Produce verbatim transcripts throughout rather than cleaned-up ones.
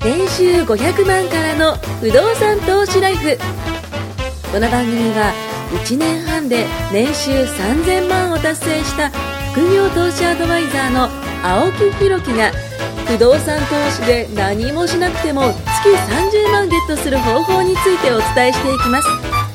年収ごひゃくまんからの不動産投資ライフ。この番組はいちねんはんで年収さんぜんまんを達成した副業投資アドバイザーの青木弘樹が、不動産投資で何もしなくても月さんじゅうまんゲットする方法についてお伝えしていきます。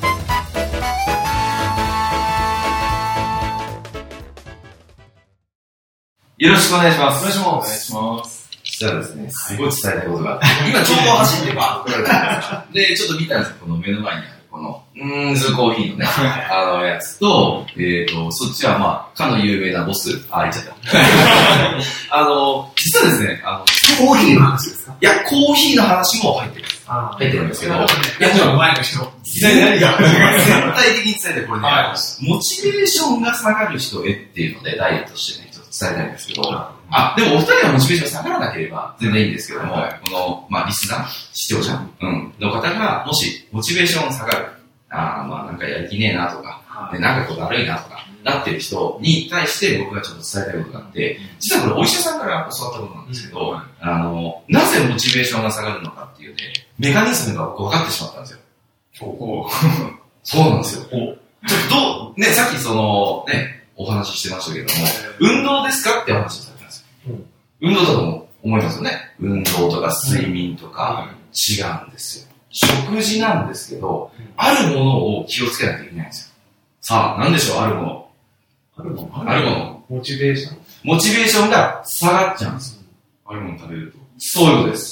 よろしくお願いします。 お願いします。お願いします。 実はですね、すごい伝えたいことがあって、今ちょうど走ってばっかりで、ちょっと見たんですよ、この目の前にある、この、うーん、ズコーヒーのね、あのやつと、えっと、そっちはまあ、かの有名なボス、あ、言っちゃった。あの、実はですね、あの、コーヒーの話ですか？いや、コーヒーの話も入ってる。入ってるんですけど、いや、 もう前の人。 実際何が絶対的に伝えて、これね、モチベーションが下がる人へっていうので、ダイエットしてね、ちょっと伝えたいんですけど、あ、でもお二人はモチベーション下がらなければ全然いいんですけども、はい、この、まあ、リスナー、視聴者、うん、の方が、もし、モチベーション下がる、あまあ、なんかやる気ねえなとか、はい、でなんかこう悪いなとか、なってる人に対して僕がちょっと伝えたいことがあって、実はこれお医者さんから教わったことなんですけど、うん、あの、なぜモチベーションが下がるのかっていうね、メカニズムが僕分かってしまったんですよ。そうなんですよ。ちょっとどう、ね、さっきその、ね、お話ししてましたけれども、運動ですかって話をされたんですよ。うん、運動だと思いますよね。運動とか睡眠とか、違うんですよ。食事なんですけど、あるものを気をつけなきゃいけないんですよ。さあ、何でしょう、あるもの。 あるものあるもの。 モチベーションモチベーションが下がっちゃうんですよ。 あるもの食べると。 そういうことです。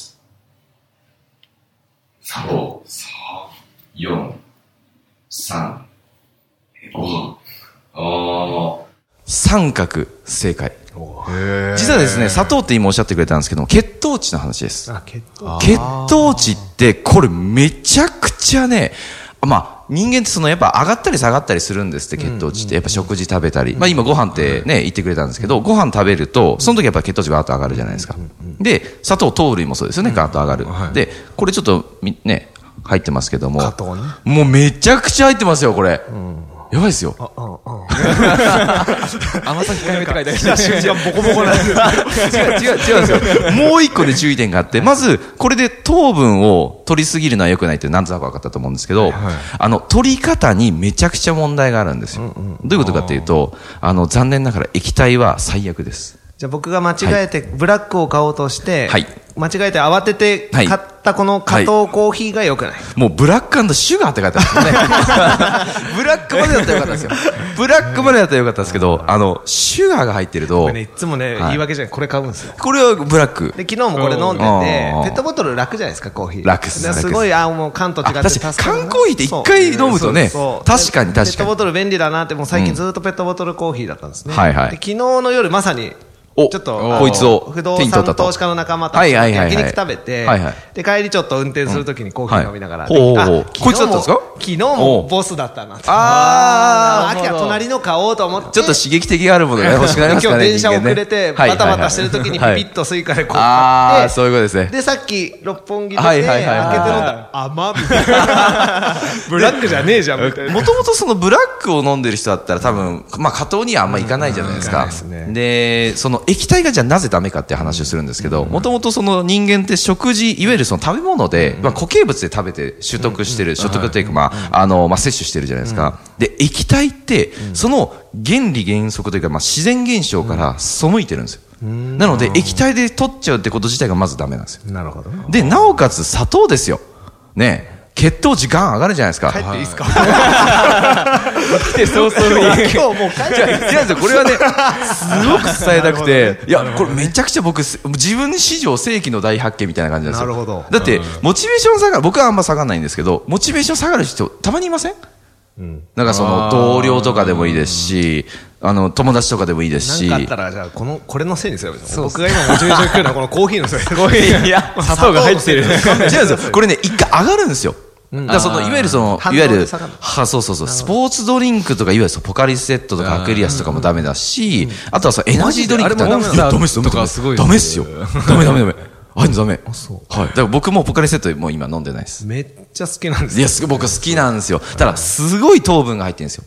さあ、よん、さん、に、お三角正解。実はですね、砂糖って今おっしゃってくれたんですけども、血糖値の話です。 あ、血糖血糖値って、これめちゃくちゃね、まあ、人間ってそのやっぱ上がったり下がったりするんですって、血糖値って。やっぱ食事食べたり。まあ今ご飯ってね、言ってくれたんですけど、ご飯食べると、その時やっぱ血糖値がガーッと上がるじゃないですか。で、砂糖、糖類もそうですよね、ガーッと上がる。で、これちょっとね、入ってますけども、もうめちゃくちゃ入ってますよ、これ。やばいですよ。甘さ控えめって書いてある。瞬間ボコボコなんですよ。違う違う違うんですよ。もう一個で注意点があって、まず、これで糖分を取りすぎるのは良くないってなんとなく分かったと思うんですけど、あの、取り方にめちゃくちゃ問題があるんですよ。どういうことかっていうと、あの、残念ながら液体は最悪です。 じゃあ僕が間違えてブラックを買おうとして、はい、間違えて慌てて買ったこの加糖コーヒーが良くない、はい、 もうブラック&シュガーって書いてあるんですよね。ブラックまでだったらよかったんですよ。ブラックまでだったらよかったんですけど、あの、シュガーが入ってると。これね、いつもね、はい、言い訳じゃない、これ買うんですよ。 これはブラック。 で、昨日もこれ飲んでて、ペットボトル楽じゃないですか、コーヒー。 楽っす。 すごい、あ、もう缶と違って助かる。 缶コーヒーって一回飲むとね、確かに確かに。 ペットボトル便利だなって、もう最近ずっとペットボトルコーヒーだったんですね。 はいはい。 で、昨日の夜まさに、 お、 ちょっと、 こいつを不動産投資家の仲間たちと焼肉食べて、で、帰りちょっと運転するときにコーヒー飲みながら、 ほうほう、こいつだったんですか？ 昨日もボスだったな。 あー、秋は隣の買おうと思って。 ちょっと刺激的があるものが欲しくなりますかね。 今日電車遅れて、バタバタしてるときにピピッとスイカでこう買って、 そういうことですね。 で、さっき六本木で開けて飲んだ甘みたいな。ブラックじゃねえじゃん、みたいな。 もともとそのブラックを飲んでる人だったら多分、まあ、加糖にはあんまいかないじゃないですか。で、その液体がじゃあなぜダメかって話をするんですけど、もともとその人間って食事、いわゆるその食べ物で、まあ、固形物で食べて取得してる、取得っていうか、まあ、あの、まあ、摂取してるじゃないですか。で、液体って、その原理原則というか、まあ、自然現象から背いてるんですよ。なので、液体で取っちゃうってこと自体がまずダメなんですよ。 なるほど。 で、なおかつ砂糖ですよ。ね。血糖値ガン上がるじゃないですか。 帰っていいですか？ 来て早々に。今日もう帰って。違うんですよ。これはね、すごく伝えたくて、いや、これめちゃくちゃ僕、自分史上世紀の大発見みたいな感じなんですよ。 なるほど。 だって、モチベーション下がる、僕はあんま下がらないんですけど、モチベーション下がる人、たまにいません？うん。なんかその、同僚とかでもいいですし、あの、友達とかでもいいですし。 なんかあったら、じゃあ、この、これのせいにすればいいです。僕が今モチベーション低いのはこのコーヒーのせい。コーヒー。いや、 砂糖が入ってる。違うんですよ。これね、一回上がるんですよ。だからそのいわゆるそのいわゆるはそうそうそうスポーツドリンクとかいわゆるポカリスエットとかアクエリアスとかもダメだし、あとはそのエナジードリンクとかダメっすよ。ダメっすよ。ダメダメダメ。あれダメ。はい。だから僕もポカリスエットもう今飲んでないです。 めっちゃ好きなんですよ。いや僕好きなんですよ。ただすごい糖分が入ってるんですよ。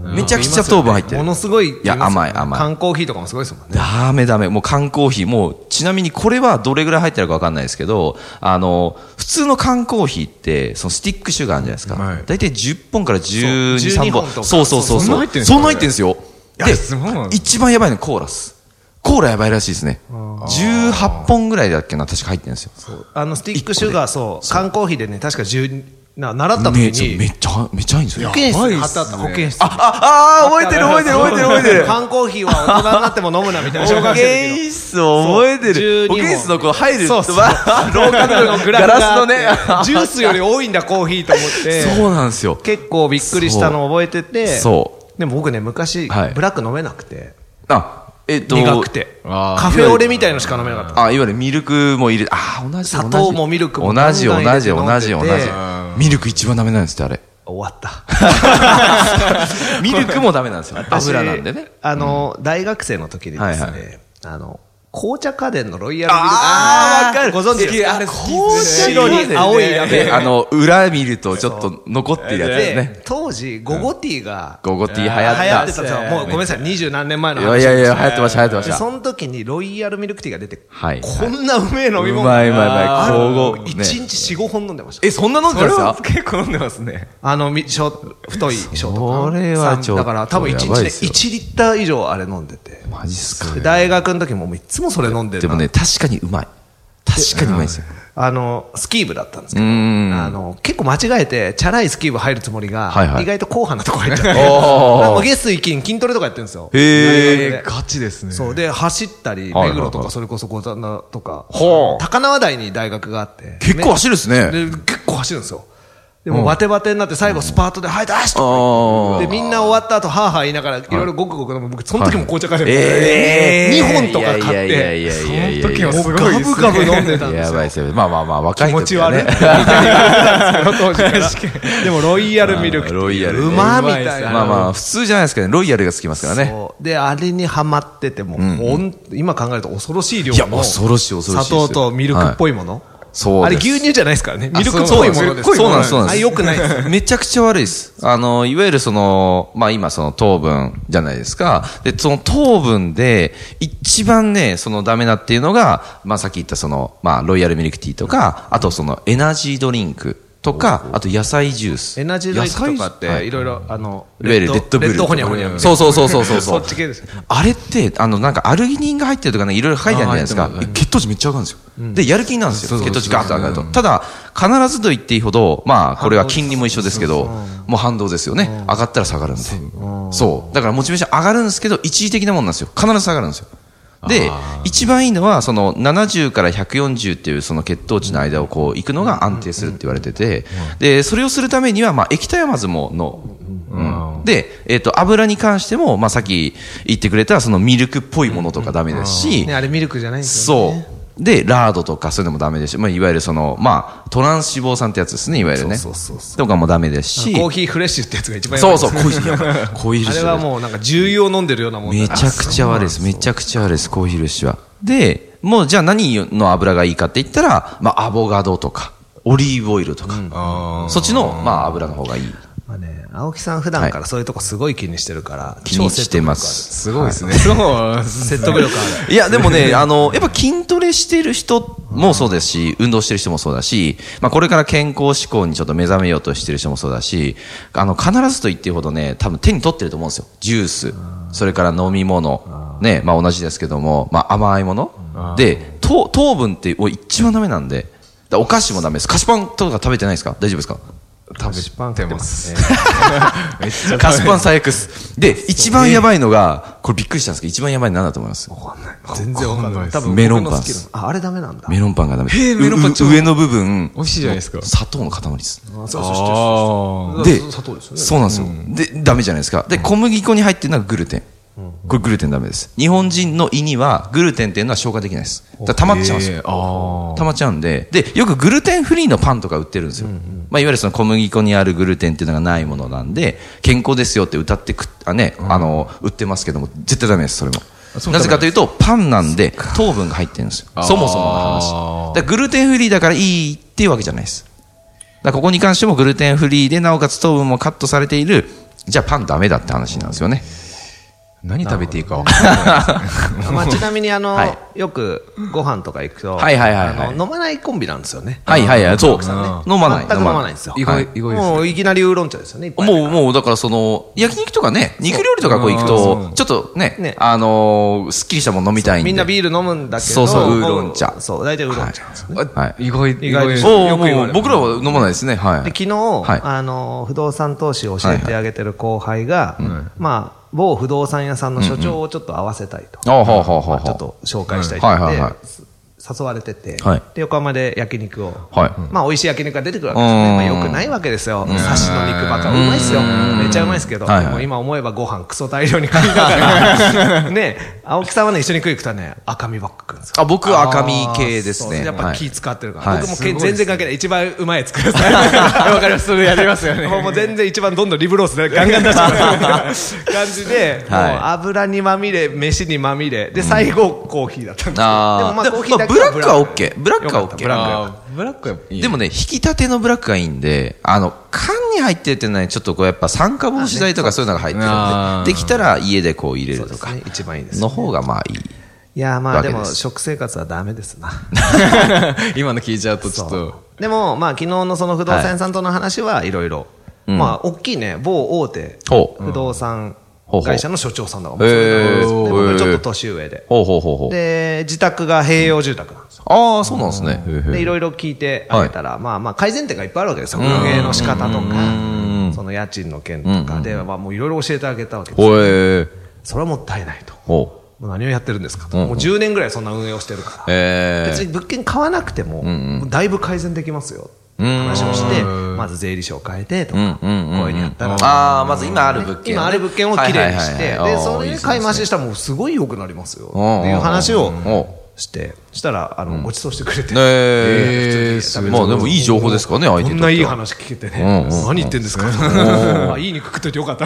めちゃくちゃ糖分入ってる。 ものすごい。いや、甘い甘い。 缶コーヒーとかもすごいですもんね。 ダメダメ。もう缶コーヒー、もう、ちなみにこれはどれぐらい入ってるかわかんないですけど、あの、普通の缶コーヒーって、そのスティックシュガーあるじゃないですか。はい、だいたいじゅっぽんからじゅうに、さんぼん。そうそうそう。そんな入ってるんですよ。そんな入ってるんですよ。で、一番やばいのコーラス。コーラやばいらしいですね。じゅうはっぽんぐらいだっけな、確か入ってるんですよ。 あの、スティックシュガー、そう、缶コーヒーでね、確かじゅう、な、習った時に。 めっちゃ、めっちゃいいんですよ。 保健室に貼ってあった、保健室。 あ、あ、あ、覚えてる覚えてる覚えてる覚えてる。 缶コーヒーは大人になっても飲むな、みたいな。 保健室覚えてる。保健室のこう入る。 そうそう。 廊下のガラスのね。 ジュースより多いんだ、コーヒーと思って。 そうなんですよ。 結構びっくりしたのを覚えてて。 そう。 でも僕ね、昔、ブラック飲めなくて。 あ、えっと、 苦くて。カフェオレみたいのしか飲めなかった。 あ、いわゆるミルクも入れ、あ、同じ。 砂糖もミルクも同じ同じ同じ同じ。ミルク一番ダメなんですって、あれ。 終わった。 ミルクもダメなんですよ。油なんでね。 あの、大学生の時にですね、あの、紅茶家電のロイヤルミルク。 ああ、わかる。 ご存知ですか？ あれ、紅茶白に青いラベル。 あの、裏見るとちょっと残ってるやつですね。 当時、ゴゴティーが、 ゴゴティー流行った。 流行ってたんですよ。もうごめんなさい、二十何年前の話。 いやいやいや、流行ってました、流行ってました。 その時にロイヤルミルクティーが出て、 はい。 こんなうめえ飲み物。 うまいうまいうまい。交互。 一日四五本飲んでました。 え、そんな飲んでたんですか？ 結構飲んでますね。あの、太いショートこれはちょっと。 だから多分一日でいちリッター以上あれ飲んでて。 マジっすか？ 大学の時もいつもそれ飲んでる。 でもね、確かにうまい。確かにうまいですよ。 あの、スキー部だったんですけど、あの、結構間違えて、チャラいスキー部入るつもりが、意外と硬派なとこ入っちゃって、もう月水金筋トレとかやってるんですよ。 へー、ガチですね。 そう、で、走ったり、目黒とか、それこそ小田とか、高輪台に大学があって。 結構走るっすね。 結構走るんですよ。でも、バテバテになって最後スパートで、はい、出しとで、みんな終わった後、はぁはぁ言いながら、いろいろごくごく飲む。僕、その時も紅茶買ってにほんとか買って、その時はもうガブガブ飲んでたんですよ。 やばいですよ。まあまあまあ、若い時はね。 気持ち悪い。当時から。でも、ロイヤルミルク。 ロイヤル。 うまみたいな。 まあまあ、普通じゃないですかね。ロイヤルがつきますからね。 そう。で、あれにハマってても、今考えると恐ろしい量の。 恐ろしい恐ろしい。 砂糖とミルクっぽいもの。 そうあれ牛乳じゃないですからね。ミルクっぽいものです。 そうなんです、そうなんです。 あ、良くないです。 めちゃくちゃ悪いです。あの、いわゆるその、まあ今その糖分じゃないですか。で、その糖分で一番ね、そのダメだっていうのが、まあさっき言ったその、まあロイヤルミルクティーとか、あとそのエナジードリンク。とか、あと野菜ジュース。 エナジードリンクとかって、いろいろ、あの、 いわゆるレッドブル。 レッドホニャホニャ。 そうそうそうそうそう。 そっち系です。 あれって、あの、なんかアルギニンが入ってるとかね、いろいろ書いてあるじゃないですか。血糖値めっちゃ上がるんですよ。で、やる気になるんですよ。血糖値ガーッと上がると。ただ、必ずと言っていいほど、まあ、これは金利も一緒ですけど、もう反動ですよね。上がったら下がるんで。そう。だからモチベーション上がるんですけど、一時的なもんなんですよ。必ず下がるんですよ。で、一番いいのは、そのななじゅうからひゃくよんじゅうっていうその血糖値の間をこう行くのが安定するって言われてて、で、それをするためには、まあ、液体はまずもの、うん、で、えっと、油に関しても、まあ、さっき言ってくれたそのミルクっぽいものとかダメですし、 ね、あれミルクじゃないんですよね。 そう。で、ラードとかそういうのもダメですし、まあ、いわゆるその、まあ、トランス脂肪酸ってやつですね、いわゆるね。 そうそうそう。 とかもダメですし。 コーヒーフレッシュってやつが一番やばい。 そうそう、コーヒー。コーヒーフレッシュ。 あれはもうなんか重油を飲んでるようなもんめちゃくちゃ悪いです。めちゃくちゃ悪いです、コーヒーフレッシュは。で、もうじゃあ何の油がいいかって言ったら、まあ、アボカドとか、オリーブオイルとか、うん、そっちの、まあ、油の方がいい。 まあね、青木さん普段からそういうとこすごい気にしてるから、はい、 気にしてます。 すごいですね。そう、 説得力ある。 いや、でもね、あの、やっぱ筋トレしてる人もそうですし、運動してる人もそうだし、まあこれから健康志向にちょっと目覚めようとしてる人もそうだし、あの、必ずと言っていいほどね、多分手に取ってると思うんですよ。ジュース、それから飲み物、ね、まあ同じですけども、まあ甘いもの。で、糖、糖分って一番ダメなんで、お菓子もダメです。菓子パンとか食べてないですか？大丈夫ですか？ 食べてます。 菓子パン最悪です。で、一番やばいのが、これびっくりしたんですけど、一番やばいの何だと思います？ わかんない。全然わかんない。 多分メロンパンです。 あ、あれダメなんだ。 メロンパンがダメです。 へー、メロンパン上の部分、 美味しいじゃないですか。 砂糖の塊です。 そうそうそう。 で、そうなんですよ。で、ダメじゃないですか。で、小麦粉に入ってるのはグルテン。これグルテンダメです。日本人の胃にはグルテンっていうのは消化できないです。だから溜まっちゃうんですよ。溜まっちゃうんで、で、よくグルテンフリーのパンとか売ってるんですよ。うんうん、まあ、いわゆるその小麦粉にあるグルテンっていうのがないものなんで、健康ですよって歌ってくあね、うん、あの、売ってますけども、絶対ダメです、それも。なぜかというと、パンなんで糖分が入ってるんですよ。そもそもの話。だからグルテンフリーだからいいっていうわけじゃないです。だからここに関してもグルテンフリーで、なおかつ糖分もカットされているじゃあパンダメだって話なんですよね。 何食べていいか分からない。 まあちなみにあの、 はい、 よくご飯とか行くと、 はいはいはいはい、 あの飲まないコンビなんですよね。 はいはいはい、そう。飲まない。 全く飲まないんですよ。 意外、意外ですね。 もういきなりウーロン茶ですよね。 もう、もうだからその、焼肉とかね、肉料理とかこう行くと、ちょっとね、ねあのー、すっきりしたもの飲みたいんで。 みんなビール飲むんだけど、 そうそう、ウーロン茶。 そう、大体ウーロン茶ですね。 はい。 意外、 意外です。 おもう僕らは飲まないですね。はい。 で、昨日、あの、不動産投資を教えてあげてる後輩が、まあ、某不動産屋さんの所長をちょっと合わせたいと。ちょっと紹介したいと言って、誘われてて、 はい、 で横浜で焼肉を、 はい、 まあ美味しい焼肉が出てくるわけですよね。まあよくないわけですよ。刺しの肉ばっかうまいっすよ。めっちゃうまいっすけど、はいはい、もう今思えばご飯クソ大量に食いながらね、青木さんはね一緒に食い行くとね赤身ばっか食うんですよ。 あ、僕は赤身系ですね。 やっぱ気使ってるから、はい、僕も全然関係ない。一番うまいやつください。わかります。それやりますよね。もう全然一番どんどんリブロースでガンガン出して感じで、もう油にまみれ飯にまみれで最後コーヒーだったんですよ。でもまあコーヒーだけはブラックは OK。ブラックは OK。 ブラック。 ブラックは、 でもね、引き立てのブラックがいいんで、あの、缶に入ってるってね、ちょっとこうやっぱ酸化防止剤とかそういうのが入ってるんで、できたら家でこう入れるとか。 一番いいです。 の方がまあいい。 いやまあでも食生活はダメですな。 今の聞いちゃうとちょっと。 でもまあ昨日のその不動産屋さんとの話はいろいろ。まあ大きいね、某大手不動産会社の所長さんだから、僕はちょっと年上で。で、自宅が併用住宅なんですよ。 ああ、そうなんですね。 で、いろいろ聞いてあげたら、まあまあ改善点がいっぱいあるわけですよ。運営の仕方とか、その家賃の件とかで、まあもういろいろ教えてあげたわけですよ。それはもったいないと。もう何をやってるんですかと。もうじゅうねんぐらいそんな運営をしてるから。別に物件買わなくても、だいぶ改善できますよ。話をして、まず税理士を変えてとか、こういうふうにやったら。 ああ、まず今ある物件。 今ある物件をきれいにして、で、それで買い増ししたらもうすごい良くなりますよ。っていう話をして、したら、あの、ご馳走してくれて。 ええ、まあでもいい情報ですかね、相手こんないい話聞けてね。何言ってんですか。いい肉食っといてよかった。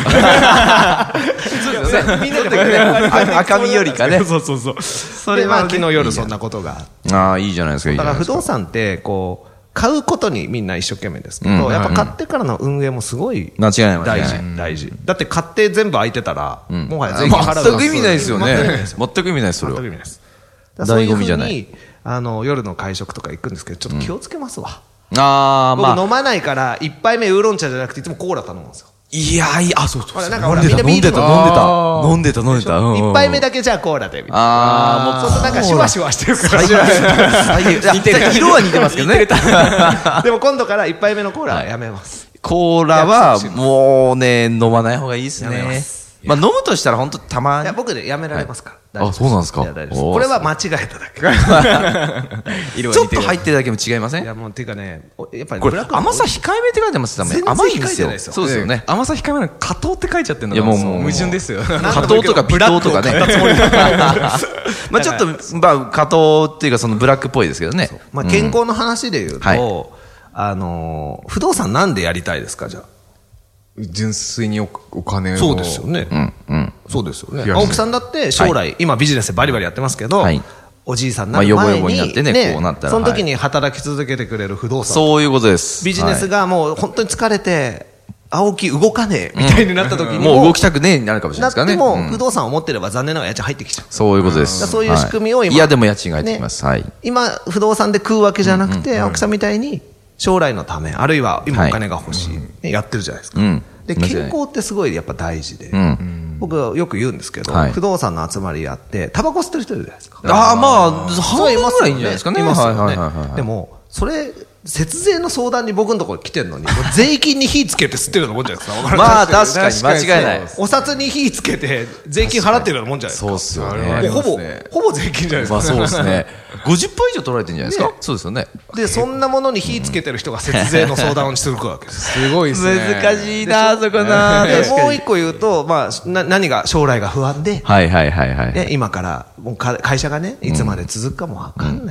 みんなで赤身よりかね。 そうそうそう。それは昨日夜そんなことが。 ああ、いいじゃないですか、いいじゃないですか。だから不動産って、こう、買うことにみんな一生懸命ですけど、やっぱ買ってからの運営もすごい大事、大事。だって買って全部空いてたら、もはや税金払うの全く意味ないですよね。全く意味ないです、それは。 全く意味ないです。醍醐味じゃない。あの、夜の会食とか行くんですけど、ちょっと気をつけますわ。 ああ、まあ。 僕飲まないから、一杯目ウーロン茶じゃなくていつもコーラ頼むんですよ。 いやいや、あ、そうそう。 なんかほら、みんなビール飲んでた、飲んでた。飲んでた、飲んでた。 一杯目だけじゃあコーラで。 ああ、 もう、そうするとなんかシュワシュワしてるから。 似てる。色は似てますけどね。 でも今度から一杯目のコーラはやめます。 コーラは、もうね、飲まない方がいいですね。まあ飲むとしたら本当たまに。 いや、僕でやめられますから。 あ、そうなんですか。 これは間違えただけ。 ちょっと入ってるだけも違いません？ いや、もう、ていうかね、やっぱりこれ甘さ控えめって書いてますため甘いんですよ。そうですよね。 甘さ控えめなのに、加糖って書いちゃってるのがもう矛盾ですよ。 加糖とか微糖とかね。まあちょっと、まあ加糖っていうかそのブラックっぽいですけどね。 まあ健康の話で言うと、あの、不動産なんでやりたいですか、じゃあ。 純粋にお金を。 そうですよね。うん。うん。そうですよね。青木さんだって将来、今ビジネスでバリバリやってますけど、おじいさんになる前に、ね、その時に働き続けてくれる不動産。 そういうことです。 ビジネスがもう本当に疲れて、青木動かねえみたいになった時にもう動きたくねえになるかもしれないですからね。 でも不動産を持ってれば残念ながら家賃入ってきちゃう。 そういうことです。 そういう仕組みを今。 いやでも家賃が入ってきます。はい。 今不動産で食うわけじゃなくて、青木さんみたいに将来のため、あるいは今お金が欲しい、やってるじゃないですか。で、健康ってすごいやっぱ大事で、僕はよく言うんですけど、不動産の集まりやって、タバコ吸ってる人いるじゃないですか。 ああ、まあ、半分ぐらいいいんじゃないですかね。 いますよね。でも、それ、節税の相談に僕のところ来てるのに、税金に火つけて吸ってるようなもんじゃないですか。 まあ確かに間違いない。 お札に火つけて税金払ってるようなもんじゃないですか。 そうっすよね。 ほぼ、ほぼ税金じゃないですか。 まあそうですね。ごじゅっパーセント以上取られてるんじゃないですか。そうですよね。 で、そんなものに火つけてる人が節税の相談をするわけです。 すごいですね。 難しいな、そこな。 もう一個言うと、まあ、何が将来が不安で、 はいはいはいはい。 今から、もう会社がね、いつまで続くかもわかんない。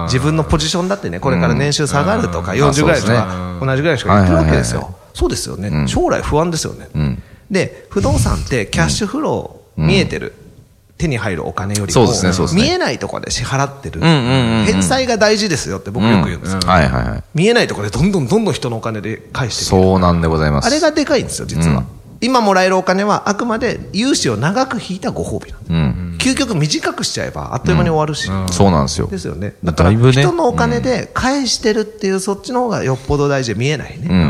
自分のポジションだってね、これから年収下がるとか、よんじゅうぐらいとか、同じぐらいしか言ってるわけですよ。そうですよね。将来不安ですよね。で、不動産ってキャッシュフロー見えてる。手に入るお金よりも見えないところで支払ってる返済が大事ですよって僕よく言うんですよ。見えないところでどんどんどんどん人のお金で返してる。 そうなんでございます。 あれがでかいんですよ実は。 今もらえるお金はあくまで融資を長く引いたご褒美なんだ、 うん、 究極短くしちゃえばあっという間に終わるし、 うんうん、そうなんですよ。 ですよね。だから人のお金で返してるっていうそっちの方がよっぽど大事で見えないね、うん、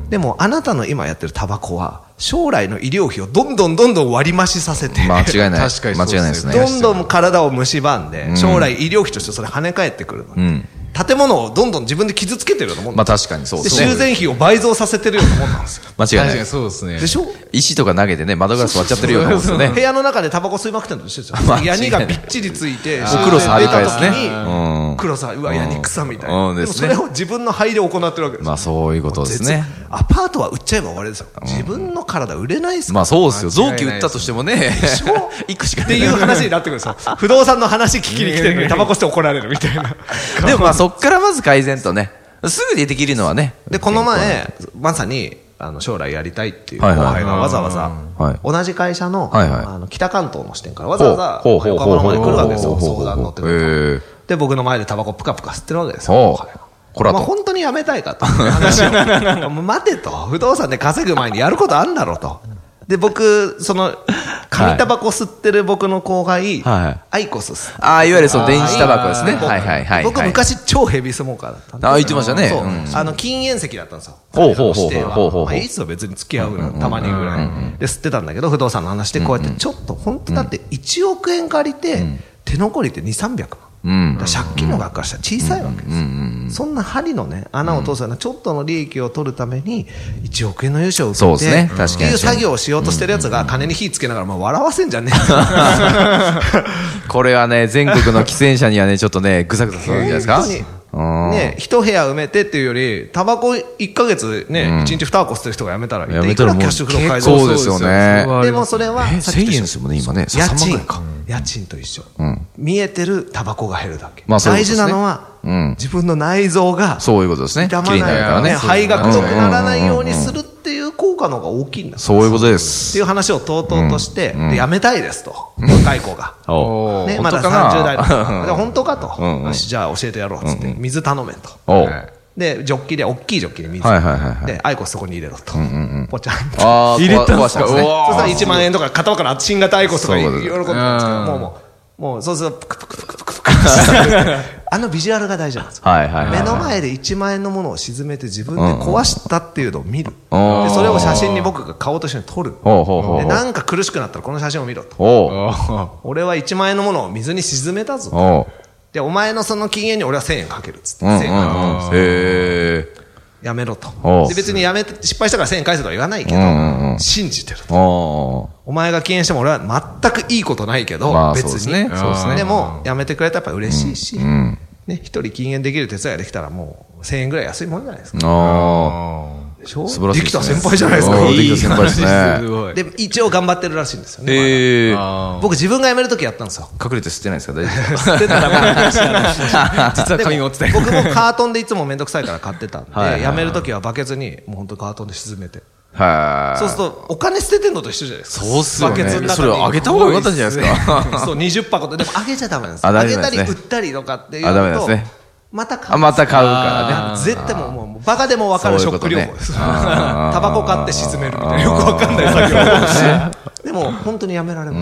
でもあなたの今やってるタバコは将来の医療費をどんどんどんどん割り増しさせて、 間違いない確かに間違いないですね。 どんどん体を蝕んで将来医療費としてそれ跳ね返ってくるの、うん、建物をどんどん自分で傷つけてるようなもん、 まあ確かにそうですね。 で修繕費を倍増させてるようなもんなんですよ。 間違いない。 確かにそうですね。 でしょ。 石とか投げてね、窓ガラス割っちゃってるようなもんですよね。 部屋の中でタバコ吸いまくってるのと一緒ですよ。ヤニがびっちりついて、 クロス張り替えですね。 クロス、うわ、ヤニ草みたいな。でもそれを自分の肺で行ってるわけです。 まあそういうことですね。 アパートは売っちゃえば終わりですよ。自分の体売れないですから。 まあそうですよ。臓器売ったとしてもね、 行くしかない。っていう話になってくるんですよ。不動産の話聞きに来てるのにタバコして怒られるみたいな。 でもまあそっからまず改善とね。すぐでできるのはね。 で、この前、まさに、あの、将来やりたいっていう後輩がわざわざ、同じ会社の、あの、北関東の支店からわざわざ、横浜の方まで来るわけですよ。相談乗ってくると。で、僕の前でタバコプカプカ吸ってるわけですよ。これは本当にやめたいかという話を。もう待てと。不動産で稼ぐ前にやることあんだろうと。で、僕、その、紙タバコ吸ってる僕の後輩、アイコス吸って。 ああ、いわゆるその電子タバコですね。はいはいはい。 僕昔超ヘビースモーカーだったんで。 ああ、言ってましたね。 そう。あの、禁煙席だったんですよ。 ほうほうほうほうほう。 まあ、いつは別に付き合うの、たまにぐらい。で、吸ってたんだけど、不動産の話でこうやってちょっと、本当だっていちおくえん借りて、手残りってに、さんびゃくまん。うん、借金の額からしたら小さいわけです、うんうんうん、そんな針のね穴を通すようなちょっとの利益を取るためにいちおくえんの融資を受けてそうですね、確かにっていう作業をしようとしてるやつが金に火つけながら、まあ、笑わせんじゃねえこれはね全国の喫煙者にはねちょっとねぐさぐさするんじゃないですか。 ね、一部屋埋めてっていうよりタバコいっかげつね、うん、いちにちに箱吸ってる人がやめたらいくらキャッシュフロー改善そうですよね。 でもそれはせんえんですもんね今ね。 家賃家賃と一緒、うん、見えてるタバコが減るだけ、まあそういうことですね、大事なのは、うん、自分の内臓がそういうことですね。 傷まないからね肺が黒くならないようにするっていう効果の方が大きいんだ。 そういうことですっていう話をとうとうとして、うん、でやめたいですと若い子がね、まださんじゅう代の本当かと、うんうん、よしじゃあ教えてやろうっつって、うんうん、水頼めとでジョッキで大きいジョッキで水、はいはいはいはい、でアイコスそこに入れろと、うんうんうん、ポチャンと入れたんですか。そしたらいちまんえんとか片から新型アイコスとか喜んでるんですけど、もうもうもうそうするとプクプクプクプクプクあのビジュアルが大事なんですよ、はいはいはいはい、目の前でいちまんえんのものを沈めて自分で壊したっていうのを見る、うんうん、でそれを写真に僕が顔と一緒に撮る、でなんか苦しくなったらこの写真を見ろと、俺はいちまんえんのものを水に沈めたぞと、でお前のその禁煙に俺はせんえんかけるっつって、うんうんうん、せんえんかけるへーやめろと。で別にやめて失敗したからせんえん返せとは言わないけど、うんうん、信じてると。お前が禁煙しても俺は全くいいことないけど、まあ、別にそうですね、そうですね。でもやめてくれたらやっぱ嬉しいし、うんうん、ね、一人禁煙できる手伝いができたらもうせんえんぐらい安いもんじゃないですか。あでしょ、素晴らしいですね。できた先輩じゃないですか。 できた先輩ですね。 で一応頑張ってるらしいんですよね。えー、僕自分が辞めるときやったんですよ。 隠れて吸ってないですか。大丈夫ですか。吸ってたら実は紙持ってて僕もカートンでいつもめんどくさいから買ってたんで、はいはいはい、辞めるときはバケツにもう本当カートンで沈めて。そうするとお金捨ててんのと一緒じゃないですか。 そうっすよね。バケツの中にそれをあげた方がよかったんじゃないですか。 そうにじゅっぱことでもあげちゃダメなんですよ。あげたり売ったりとかっていうと。 あ、ダメですね。 また買う。 また買うからね。 絶対もう、もう、バカでも分かるショック療法です。タバコ買って沈めるみたいな、よく分かんない作業。でも、本当にやめられます。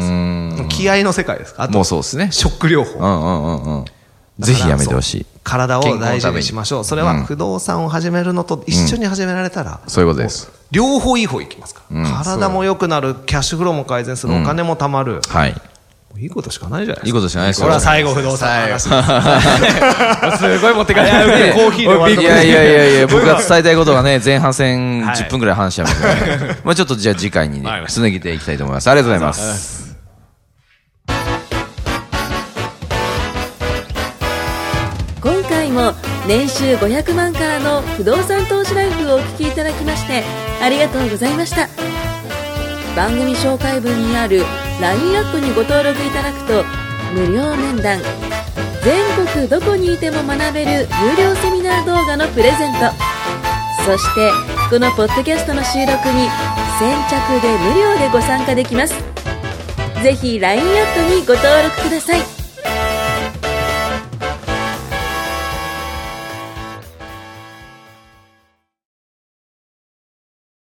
気合の世界ですか。あと、 もうそうですね。 ショック療法。 うんうんうんうん。ぜひやめてほしい。 体を大事にしましょう。それは不動産を始めるのと一緒に始められたら、 そういうことです。 両方いい方いきますから。体も良くなる、キャッシュフローも改善する、お金も貯まる。はい。いいことしかないじゃないですか。 いいことしかないですよ。 これは最後不動産の話。 すごい持って帰ってる。 コーヒーで終わる。 いやいやいやいや、僕が伝えたいことがね、前半戦じゅっぷんぐらい話しちゃうので、まあちょっとじゃあ次回にね、つなげていきたいと思います。ありがとうございます。 今回も年収ごひゃくまんからの不動産投資ライフをお聞きいただきましてありがとうございました。番組紹介文にある ライン アップにご登録いただくと無料面談、全国どこにいても学べる有料セミナー動画のプレゼント、そしてこのポッドキャストの収録に先着で無料でご参加できます。ぜひ ライン アットにご登録ください。